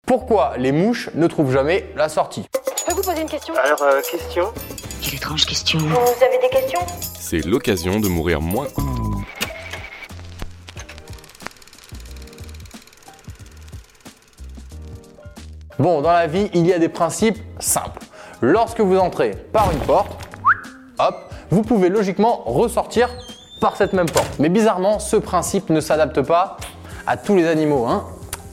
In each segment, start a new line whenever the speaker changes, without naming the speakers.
Pourquoi les mouches ne trouvent jamais la sortie?
Je peux vous poser une question?
Alors, question?
Quelle étrange question.
Vous avez des questions?
C'est l'occasion de mourir moins.
Bon, dans la vie, il y a des principes simples. Lorsque vous entrez par une porte, hop, vous pouvez logiquement ressortir par cette même porte. Mais bizarrement, ce principe ne s'adapte pas à tous les animaux, hein.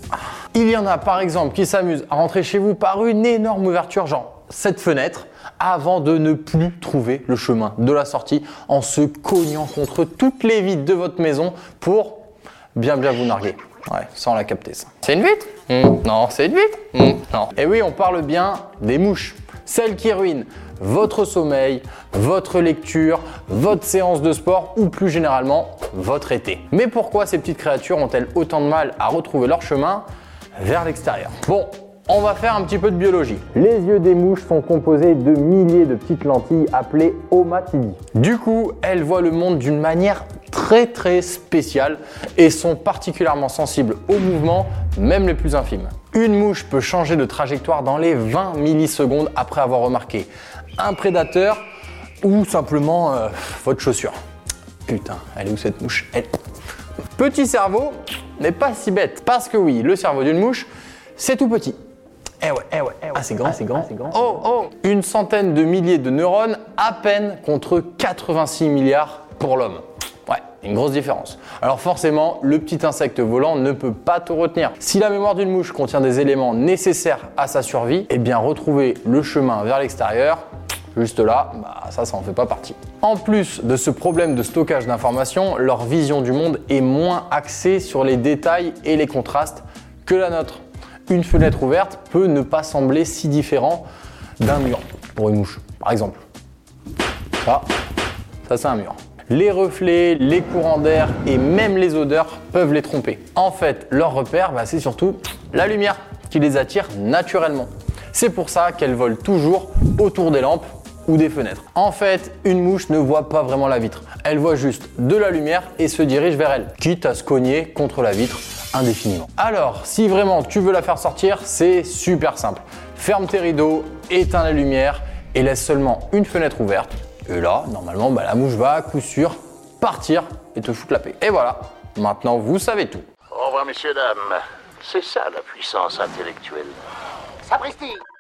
Il y en a par exemple qui s'amusent à rentrer chez vous par une énorme ouverture, genre cette fenêtre, avant de ne plus trouver le chemin de la sortie en se cognant contre toutes les vitres de votre maison pour bien vous narguer. Ouais, sans la capter ça. C'est une vitre? Non, c'est une vitre? Non. Et oui, on parle bien des mouches. Celles qui ruinent votre sommeil, votre lecture, votre séance de sport ou plus généralement, votre été. Mais pourquoi ces petites créatures ont-elles autant de mal à retrouver leur chemin vers l'extérieur? Bon, on va faire un petit peu de biologie. Les yeux des mouches sont composés de milliers de petites lentilles appelées ommatidies. Du coup, elles voient le monde d'une manière très spéciale et sont particulièrement sensibles aux mouvements, même les plus infimes. Une mouche peut changer de trajectoire dans les 20 millisecondes après avoir remarqué un prédateur ou simplement votre chaussure. Putain, elle est où cette mouche? Petit cerveau n'est pas si bête parce que oui, le cerveau d'une mouche, c'est tout petit. Eh ouais. Ah, c'est grand. Oh, une centaine de milliers de neurones à peine contre 86 milliards pour l'homme. Ouais, une grosse différence. Alors forcément, le petit insecte volant ne peut pas tout retenir. Si la mémoire d'une mouche contient des éléments nécessaires à sa survie, eh bien retrouver le chemin vers l'extérieur, juste là, ça en fait pas partie. En plus de ce problème de stockage d'informations, leur vision du monde est moins axée sur les détails et les contrastes que la nôtre. Une fenêtre ouverte peut ne pas sembler si différent d'un mur pour une mouche, par exemple. Ça c'est un mur. Les reflets, les courants d'air et même les odeurs peuvent les tromper. En fait, leur repère, c'est surtout la lumière qui les attire naturellement. C'est pour ça qu'elles volent toujours autour des lampes ou des fenêtres. En fait, une mouche ne voit pas vraiment la vitre. Elle voit juste de la lumière et se dirige vers elle, quitte à se cogner contre la vitre indéfiniment. Alors, si vraiment tu veux la faire sortir, c'est super simple. Ferme tes rideaux, éteins la lumière et laisse seulement une fenêtre ouverte. Et là, normalement, la mouche va à coup sûr partir et te foutre la paix. Et voilà, maintenant vous savez tout.
Au revoir, messieurs, dames. C'est ça la puissance intellectuelle.
Sapristi!